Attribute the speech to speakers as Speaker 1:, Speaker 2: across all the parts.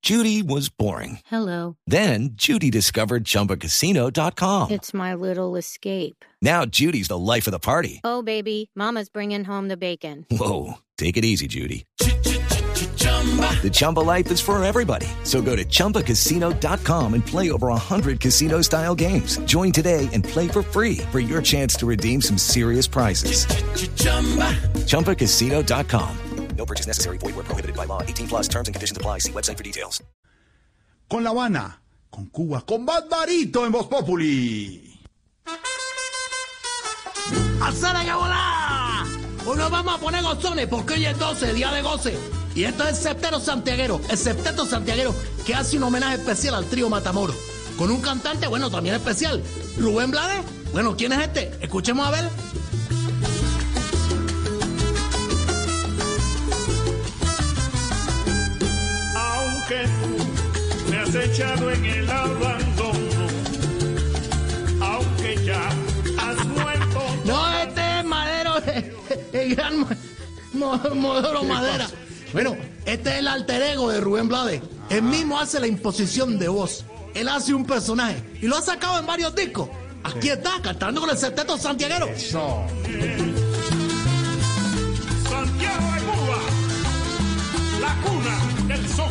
Speaker 1: Judy was boring.
Speaker 2: Hello.
Speaker 1: Then Judy discovered ChumbaCasino.com.
Speaker 2: It's my little escape.
Speaker 1: Now Judy's the life of the party.
Speaker 2: Oh, baby, mama's bringing home the bacon.
Speaker 1: Whoa, take it easy, Judy. The Chumba life is for everybody. So go to ChumbaCasino.com and play over 100 casino-style games. Join today and play for free for your chance to redeem some serious prizes. ChumbaCasino.com. No purchase necessary. Void where prohibited by law. 18 plus terms and conditions apply. See website for details.
Speaker 3: Con La Habana, con Cuba, con Barbarito en Voz Populi.
Speaker 4: ¡Alzara que volá! Hoy nos vamos a poner gozones porque hoy es 12, día de goce. Y esto es el Septeto Santiaguero, que hace un homenaje especial al trío Matamoros. Con un cantante, bueno, también especial, Rubén Blades. Bueno, ¿quién es este? Escuchemos a ver.
Speaker 5: Aunque tú me has echado en el abandono, aunque ya has muerto.
Speaker 4: No, este es Madero, el gran Modelo Madera. Bueno, este es el alter ego de Rubén Blades. Él mismo hace la imposición de voz. Él hace un personaje y lo ha sacado en varios discos. Aquí está, cantando con el Septeto Santiaguero.
Speaker 3: Eso.
Speaker 5: Santiago de Cuba, la cuna del son.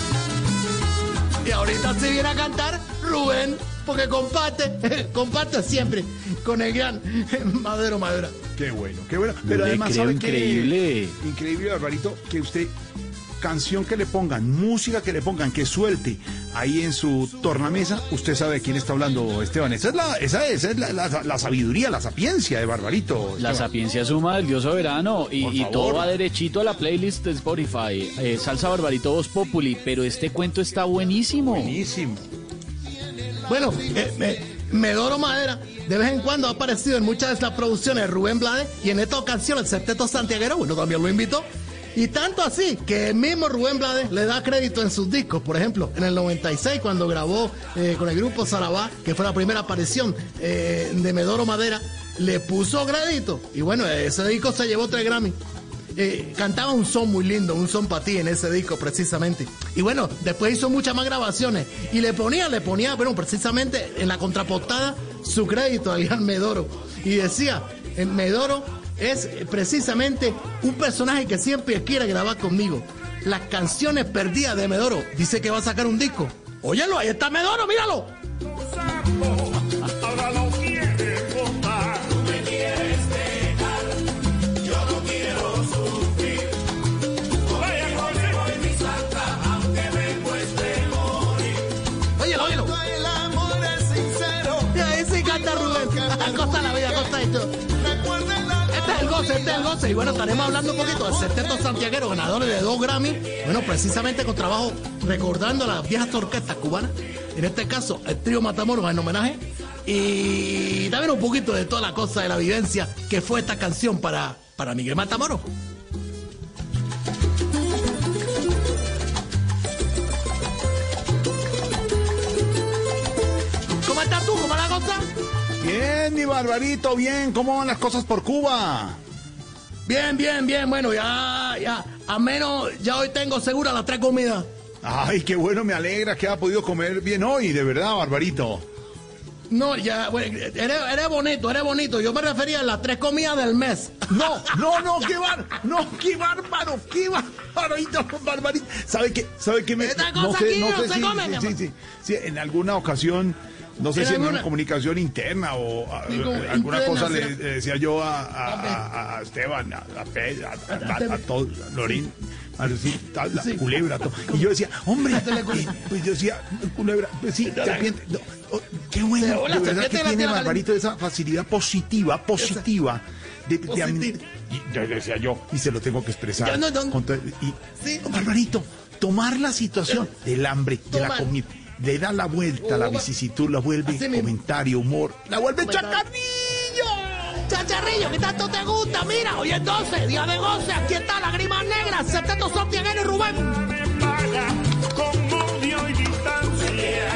Speaker 4: Y ahorita se viene a cantar Rubén, porque comparte siempre con el gran Madero Madera.
Speaker 3: Qué bueno, qué bueno. Pero
Speaker 6: No
Speaker 3: además,
Speaker 6: le creo,
Speaker 3: ¿sabe
Speaker 6: increíble.
Speaker 3: qué? Increíble, Barbarito, que usted, canción que le pongan, música que le pongan, que suelte ahí en su tornamesa, usted sabe de quién está hablando, Esteban. Esa es la sabiduría, la sapiencia de Barbarito.
Speaker 6: La
Speaker 3: Esteban.
Speaker 6: sapiencia suma del Dios soberano y
Speaker 3: Por favor.
Speaker 6: todo va derechito a la playlist de Spotify. Salsa Barbarito Voz Populi, pero este cuento está buenísimo.
Speaker 3: Buenísimo.
Speaker 4: Bueno, Medoro Madera de vez en cuando ha aparecido en muchas de las producciones de Rubén Blades y en esta ocasión el Septeto Santiaguero, bueno, también lo invitó. Y tanto así que el mismo Rubén Blades le da crédito en sus discos. Por ejemplo, en el 96 cuando grabó con el grupo Sarabá, que fue la primera aparición de Medoro Madera, le puso crédito. Y bueno, ese disco se llevó 3 Grammy. Cantaba un son muy lindo, un son para ti en ese disco precisamente. Y bueno, después hizo muchas más grabaciones y le ponía, bueno, precisamente en la contraportada su crédito al gran Medoro. Y decía, Medoro es precisamente un personaje que siempre quiere grabar conmigo. Las canciones perdidas de Medoro. Dice que va a sacar un disco. Óyelo, ahí está Medoro, míralo.
Speaker 5: Ahora lo quieres botar. Tú me quieres dejar, yo no quiero sufrir. Vaya con mi santa, aunque me cueste morir.
Speaker 4: Óyelo.
Speaker 5: El amor es sincero.
Speaker 4: Y ahí sí canta Rubén. A costa de la vida, a costa de esto.
Speaker 5: Recuerden la
Speaker 4: Este es el goce. Y bueno, estaremos hablando un poquito del Septeto Santiaguero, ganadores de 2 Grammy. Bueno, precisamente con trabajo recordando a las viejas orquestas cubanas. En este caso, el trío Matamoros en homenaje. Y también un poquito de toda la cosa de la vivencia que fue esta canción para Miguel Matamoros. ¿Cómo estás tú? ¿Cómo va la cosa?
Speaker 3: Bien, mi Barbarito, bien. ¿Cómo van las cosas por Cuba?
Speaker 4: Bien. Bueno, ya. Al menos ya hoy tengo segura las 3 comidas.
Speaker 3: Ay, qué bueno, me alegra que ha podido comer bien hoy, de verdad, Barbarito.
Speaker 4: No, ya, bueno, eres bonito. Yo me refería a las 3 comidas del mes.
Speaker 3: No, qué bárbaro, Barbarito. ¿Sabe qué me?
Speaker 4: Esta cosa aquí no se come, mi amor.
Speaker 3: Sí, en alguna ocasión, no sé
Speaker 4: ¿En
Speaker 3: si en
Speaker 4: alguna?
Speaker 3: una comunicación interna o alguna
Speaker 4: interna,
Speaker 3: cosa
Speaker 4: sí.
Speaker 3: le decía yo a Esteban, a todo, Lorín. La
Speaker 4: Sí.
Speaker 3: culebra, todo. Y yo decía, hombre, pues yo decía, culebra, pues sí, serpiente. No, qué bueno,
Speaker 4: Hola,
Speaker 3: de verdad
Speaker 4: serpiente
Speaker 3: que
Speaker 4: la
Speaker 3: tiene
Speaker 4: tierra
Speaker 3: Barbarito esa facilidad positiva de y yo decía yo, y se lo tengo que expresar.
Speaker 4: Ya no. Sí.
Speaker 3: Barbarito, tomar la situación del hambre, de la
Speaker 4: Tomar.
Speaker 3: comida, le da la vuelta a la vicisitud, la vuelve
Speaker 4: Así mismo.
Speaker 3: comentario, humor, la vuelve chacarrillo.
Speaker 4: Chacharrillo, ¿qué tanto te gusta? Mira, hoy es 12, día de goce. Aquí está Lágrimas Negras, Septeto Santiaguero y Rubén.
Speaker 5: me paga con odio y distancia.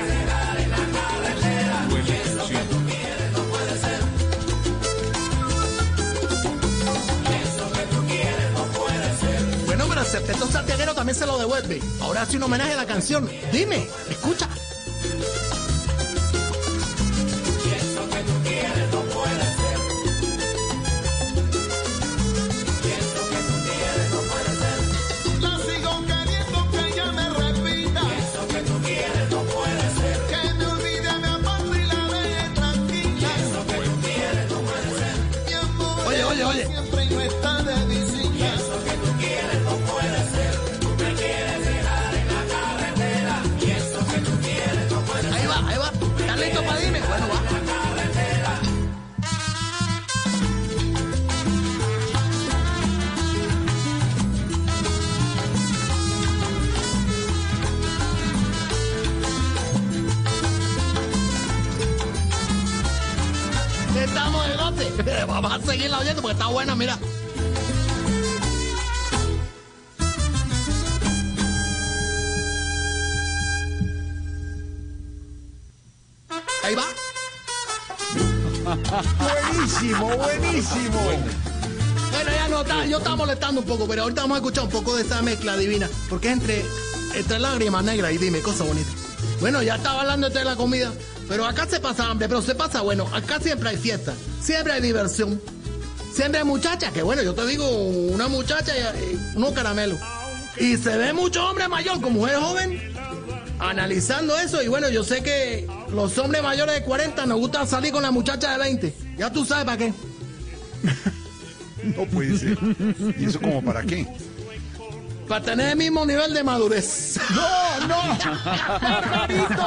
Speaker 4: Bueno, pero el Septeto Santiaguero Santiaguero también se lo devuelve. Ahora hace un homenaje a la canción. Dime, escucha.
Speaker 5: La sigo queriendo, que ella me repita. Eso que tú quieres no puede ser. Que me olvide, me aparte y la deje tranquila. Eso que tú quieres no puede ser. Mi amor,
Speaker 4: Oye.
Speaker 5: siempre no está de visita. Eso que tú quieres no puede ser. Tú me quieres dejar en la carretera. Y eso que tú quieres no puede ser.
Speaker 4: Ahí va. ¿Estás listo para dime? Bueno, va. Estamos de lote. Vamos a seguirla oyendo porque está buena, mira. Ahí va.
Speaker 3: Buenísimo.
Speaker 4: Bueno, ya no está, yo estaba molestando un poco, pero ahorita vamos a escuchar un poco de esta mezcla divina, porque es entre lágrimas negras y dime, cosa bonita. Bueno, ya estaba hablando de la comida, pero acá se pasa hambre, pero se pasa bueno, acá siempre hay fiesta, siempre hay diversión, siempre hay muchachas, que bueno, yo te digo, una muchacha y unos caramelos. Y se ve mucho hombre mayor con mujer joven analizando eso, y bueno, yo sé que los hombres mayores de 40 nos gusta salir con la muchacha de 20. Ya tú sabes para qué.
Speaker 3: No puede ser. ¿Y eso como para qué?
Speaker 4: Para tener el mismo nivel de madurez.
Speaker 3: No, Barbarito.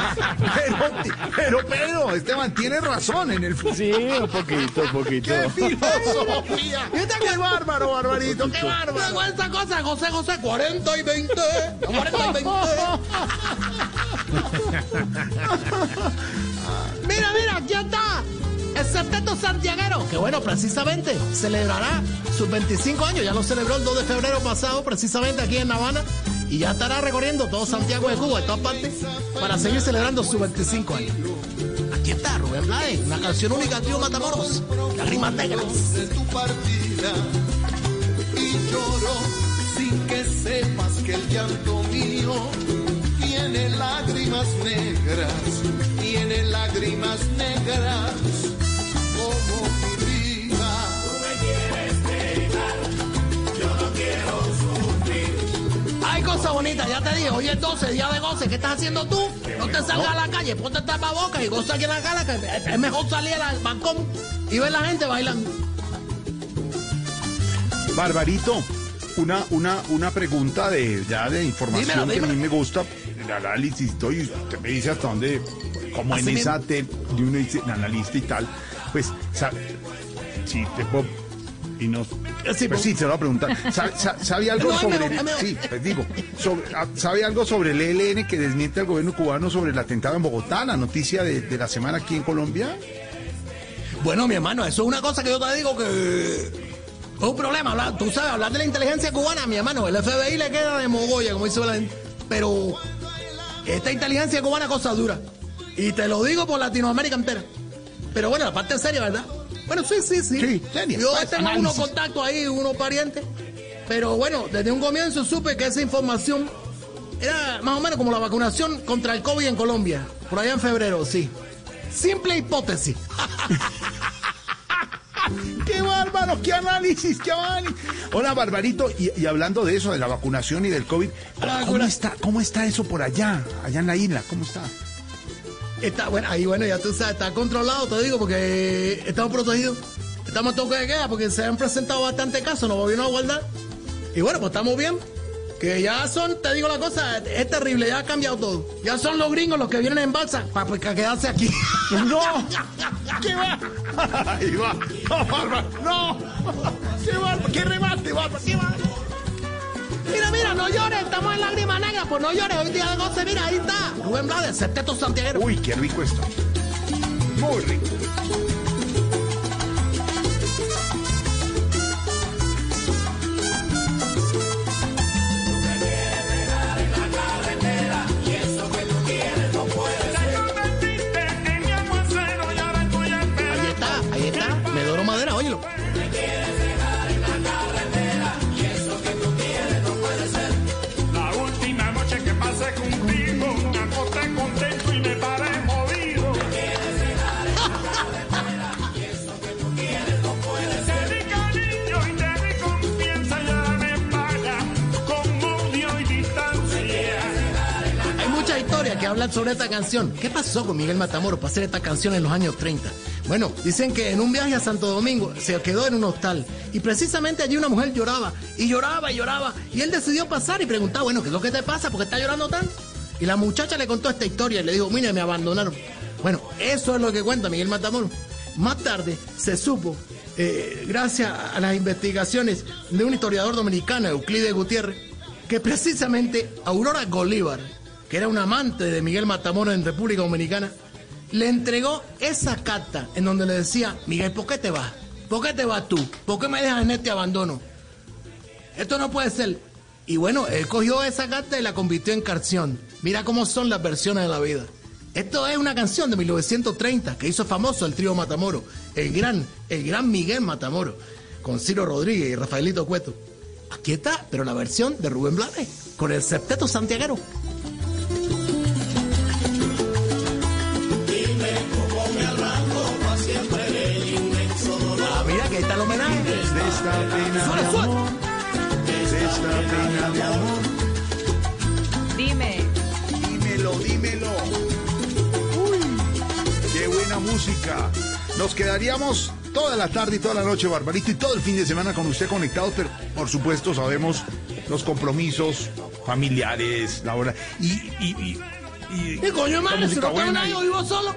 Speaker 3: Pero Pedro, Esteban tiene razón en el fútbol.
Speaker 6: Sí, un poquito.
Speaker 3: ¡Qué filosofía! ¡Qué bárbaro, Barbarito! ¡Qué bárbaro!
Speaker 4: Luego esa cosa, José, 40 y 20. 40 y 20. Mira, aquí está. El Septeto Santiaguero, que bueno, precisamente celebrará sus 25 años. Ya lo celebró el 2 de febrero pasado, precisamente aquí en La Habana. Y ya estará recorriendo todo Santiago de Cuba, de todas partes, para seguir celebrando sus 25 años. Aquí está Rubén Blades, una canción única de Trío Matamoros, Las Rimas Negras.
Speaker 5: De tu partida y lloro sin que sepas que el llanto mío tiene lágrimas negras como mi vida. Tú me quieres dejar, yo no quiero sufrir.
Speaker 4: Hay cosas bonitas, ya te dije, hoy es 12, día de goce, ¿qué estás haciendo tú? No te salgas a la calle, ponte el tapabocas y goza aquí en la cara, que es mejor salir al balcón y ver la gente bailando.
Speaker 3: Barbarito, una pregunta de información
Speaker 4: Dímelo.
Speaker 3: que a mí me gusta, el análisis, y usted me dice hasta dónde, como
Speaker 4: Así
Speaker 3: en
Speaker 4: mismo.
Speaker 3: esa de uno dice analista y tal, pues, sí, te puedo, y no,
Speaker 4: Sí,
Speaker 3: pues sí, se lo voy a preguntar, ¿sabe algo
Speaker 4: No,
Speaker 3: sobre,
Speaker 4: es mejor.
Speaker 3: sí, pues digo, ¿sabe algo sobre el ELN que desmiente al gobierno cubano sobre el atentado en Bogotá, la noticia de la semana aquí en Colombia?
Speaker 4: Bueno, mi hermano, eso es una cosa que yo te digo que es un problema. Tú sabes, hablar de la inteligencia cubana, mi hermano, el FBI le queda de mogolla, como dice la gente. Pero esta inteligencia cubana es cosa dura. Y te lo digo por Latinoamérica entera. Pero bueno, la parte seria, ¿verdad? Bueno, sí.
Speaker 3: Sí, seria.
Speaker 4: Yo
Speaker 3: Pues,
Speaker 4: tengo
Speaker 3: análisis.
Speaker 4: unos contactos ahí, unos parientes. Pero bueno, desde un comienzo supe que esa información era más o menos como la vacunación contra el COVID en Colombia. Por allá en febrero, sí. Simple hipótesis.
Speaker 3: ¡Qué bárbaro! ¡Qué análisis! Hola, Barbarito, y hablando de eso, de la vacunación y del COVID, ¿cómo está eso por allá en la isla? ¿Cómo está?
Speaker 4: Está bueno, ahí bueno, ya tú sabes, está controlado, te digo, porque estamos protegidos. Estamos a toque de queda porque se han presentado bastantes casos, nos volvieron a guardar. Y bueno, pues estamos bien. Que ya son, te digo la cosa, es terrible, ya ha cambiado todo. Ya son los gringos los que vienen en balsa para quedarse aquí.
Speaker 3: ¡No! ¿Qué va? Ahí va. ¡No, Bárbaro! ¡No! ¡Qué bárbaro! ¡Qué remate, Bárbaro! ¡Qué bárbaro!
Speaker 4: Mira, no llores, estamos en lágrimas negras, pues no llores, hoy día de goce, mira, ahí está. Rubén Blades, Septeto Santiaguero.
Speaker 3: Uy, qué rico esto. Muy rico.
Speaker 4: Ahí está, Medoro Madera, óyelo. historias que hablan sobre esta canción. ¿Qué pasó con Miguel Matamoros para hacer esta canción en los años 30? Bueno, dicen que en un viaje a Santo Domingo se quedó en un hostal y precisamente allí una mujer lloraba y lloraba y lloraba y él decidió pasar y preguntar, bueno, ¿qué es lo que te pasa? ¿Por qué estás llorando tanto? Y la muchacha le contó esta historia y le dijo, mire, me abandonaron. Bueno, eso es lo que cuenta Miguel Matamoros. Más tarde se supo, gracias a las investigaciones de un historiador dominicano, Euclides Gutiérrez, que precisamente Aurora Bolívar, que era un amante de Miguel Matamoros en República Dominicana, le entregó esa carta en donde le decía, Miguel, ¿por qué te vas? ¿Por qué te vas tú? ¿Por qué me dejas en este abandono? Esto no puede ser. Y bueno, él cogió esa carta y la convirtió en canción. Mira cómo son las versiones de la vida. Esto es una canción de 1930 que hizo famoso el trío Matamoros, el gran Miguel Matamoros, con Ciro Rodríguez y Rafaelito Cueto. Aquí está, pero la versión de Rubén Blades, con el septeto santiaguero. Ah, mira que ahí está el homenaje.
Speaker 3: De esta pena
Speaker 4: Suena,
Speaker 3: de
Speaker 4: suena.
Speaker 3: amor, de esta pena de amor.
Speaker 7: Dime.
Speaker 3: Dímelo. Uy, qué buena música. Nos quedaríamos toda la tarde y toda la noche, Barbarito, y todo el fin de semana con usted conectados, pero por supuesto sabemos los compromisos familiares, la hora. Y
Speaker 4: coño,
Speaker 3: la
Speaker 4: madre, si
Speaker 3: música
Speaker 4: no tengo
Speaker 3: buena
Speaker 4: nadie, yo vivo solo.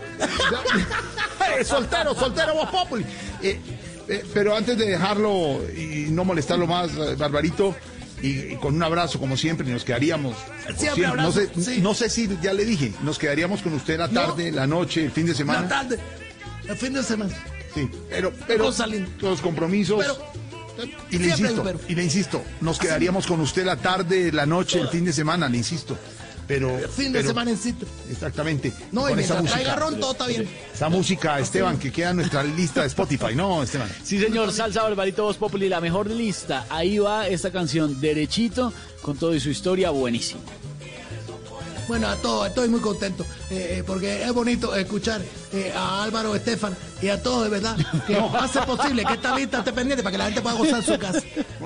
Speaker 3: soltero, Voz Populi. Pero antes de dejarlo y no molestarlo más, Barbarito, y con un abrazo como siempre, nos quedaríamos.
Speaker 4: Siempre abrazo,
Speaker 3: no sé si ya le dije, nos quedaríamos con usted la tarde, la noche, el fin de semana.
Speaker 4: La tarde, el fin de semana.
Speaker 3: Sí, pero
Speaker 4: Cosa linda.
Speaker 3: los compromisos. Y le insisto, nos quedaríamos con usted la tarde, la noche, el fin de semana, le insisto. Pero
Speaker 4: El fin de semana en sitio.
Speaker 3: exactamente.
Speaker 4: No, y
Speaker 3: con esa
Speaker 4: mientras
Speaker 3: música.
Speaker 4: traiga ron, todo está bien.
Speaker 3: Esa música, Esteban, que queda en nuestra lista de Spotify, ¿no, Esteban?
Speaker 6: Sí, señor, Salsa Barbarito Voz Populi, la mejor lista. Ahí va esta canción derechito, con todo y su historia, buenísimo.
Speaker 4: Bueno, a todos, estoy muy contento, porque es bonito escuchar a Álvaro Estefan y a todos, de verdad, que hace posible que esta lista esté pendiente para que la gente pueda gozar en su casa.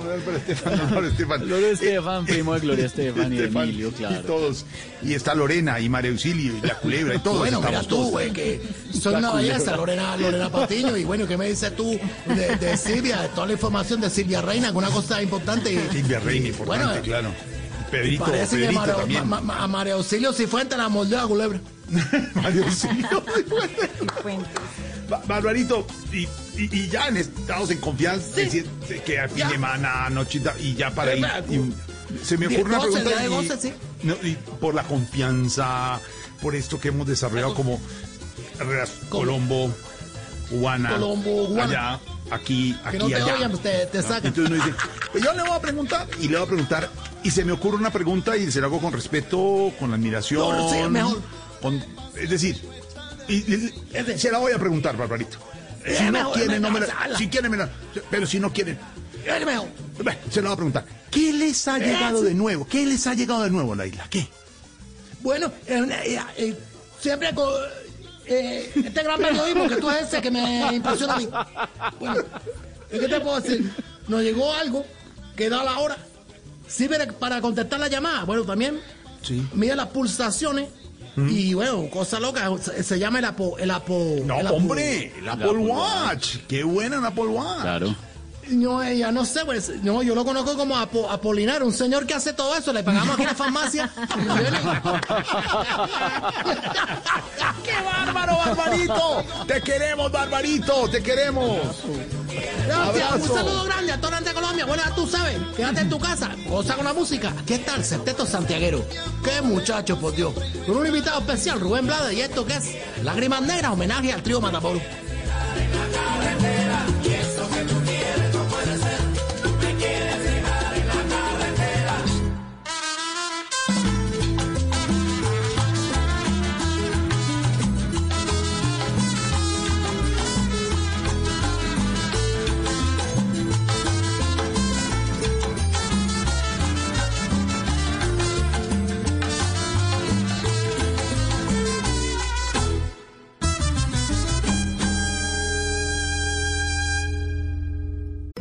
Speaker 6: Gloria Estefan, primo de Gloria Estefan y de
Speaker 3: Estefan,
Speaker 6: Emilio, claro.
Speaker 3: Y todos. Y está Lorena y María Auxilio y la Culebra y todos.
Speaker 4: Bueno, mira
Speaker 3: estamos
Speaker 4: tú,
Speaker 3: todos.
Speaker 4: güey, que soy una belleza, Lorena Patiño, y bueno, ¿qué me dices tú de Silvia? De toda la información de Silvia Reina, que una cosa importante.
Speaker 3: Silvia Reina, importante,
Speaker 4: Bueno,
Speaker 3: claro. Pedrito
Speaker 4: parece que
Speaker 3: también.
Speaker 4: a María Auxilio Cifuentes la mordió a Culebra.
Speaker 3: María Auxilio.
Speaker 7: Fuentes.
Speaker 3: Barbarito, y ya estamos en confianza,
Speaker 4: Sí.
Speaker 3: que a fin
Speaker 4: Ya.
Speaker 3: de semana, nochita, y ya para ir. Se me ocurre una
Speaker 4: 12,
Speaker 3: pregunta.
Speaker 4: día de goce, sí.
Speaker 3: Y por la confianza, por esto que hemos desarrollado como Colombo, Cubana, allá, aquí,
Speaker 4: Que no te
Speaker 3: allá.
Speaker 4: oigan, pues te sacan.
Speaker 3: Entonces uno dice, pues yo le voy a preguntar, y se me ocurre una pregunta y se la hago con respeto, con admiración.
Speaker 4: No, sí, mejor.
Speaker 3: Es decir, se la voy a preguntar, Barbarito. Si no
Speaker 4: mejor,
Speaker 3: quieren, no me la,
Speaker 4: hazla.
Speaker 3: si quieren, me la, pero si no quieren,
Speaker 4: Es mejor.
Speaker 3: se la voy a preguntar. ¿Qué les ha llegado de nuevo? ¿Qué les ha llegado de nuevo a la isla? ¿Qué?
Speaker 4: Bueno, siempre con este gran periodismo que tú haces que me impresiona a mí. Bueno, ¿qué te puedo decir? Nos llegó algo que da la hora. Sirve para contestar la llamada. Bueno, también
Speaker 3: Sí.
Speaker 4: mide las pulsaciones y bueno, cosa loca. Se llama el Apple.
Speaker 3: No, hombre, el Apple Watch. Qué buena el Apple Watch.
Speaker 6: Claro.
Speaker 4: No, ella no sé, pues, no, yo lo conozco como Apolinar, un señor que hace todo eso, le pagamos aquí en la farmacia.
Speaker 3: ¡Qué bárbaro, Barbarito! ¡Te queremos, Barbarito! ¡Te queremos!
Speaker 4: Gracias,
Speaker 3: Abrazo.
Speaker 4: un saludo grande a toda la gente de Colombia. Bueno, ya tú sabes, quédate en tu casa, goza con la música. Aquí está el Septeto Santiaguero. ¡Qué muchacho, por Dios! Con un invitado especial, Rubén Blades, y esto que es Lágrimas Negras, homenaje al trío Matamoros.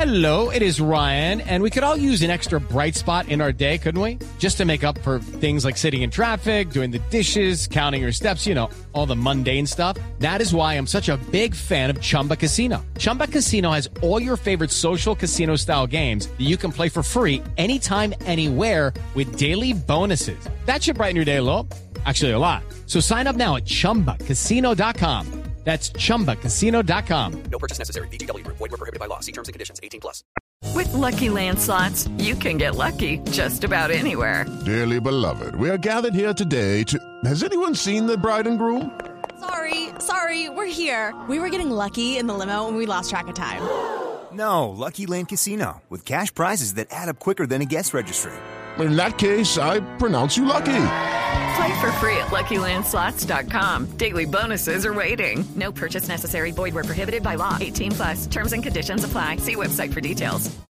Speaker 8: Hello, it is Ryan, and we could all use an extra bright spot in our day, couldn't we? Just to make up for things like sitting in traffic, doing the dishes, counting your steps, you know, all the mundane stuff. That is why I'm such a big fan of Chumba Casino. Chumba Casino has all your favorite social casino-style games that you can play for free anytime, anywhere with daily bonuses. That should brighten your day a little. Actually, a lot. So sign up now at ChumbaCasino.com. That's ChumbaCasino.com.
Speaker 9: No purchase necessary. VGW Group. Void where prohibited by law. See terms and conditions. 18+.
Speaker 10: With Lucky Land Slots, you can get lucky just about anywhere.
Speaker 11: Dearly beloved, we are gathered here today to... Has anyone seen the bride and groom?
Speaker 12: Sorry, we're here. We were getting lucky in the limo and we lost track of time.
Speaker 13: No, Lucky Land Casino. With cash prizes that add up quicker than a guest registry.
Speaker 11: In that case, I pronounce you lucky.
Speaker 10: Play for free at LuckyLandSlots.com. Daily bonuses are waiting. No purchase necessary. Void where prohibited by law. 18+. Terms and conditions apply. See website for details.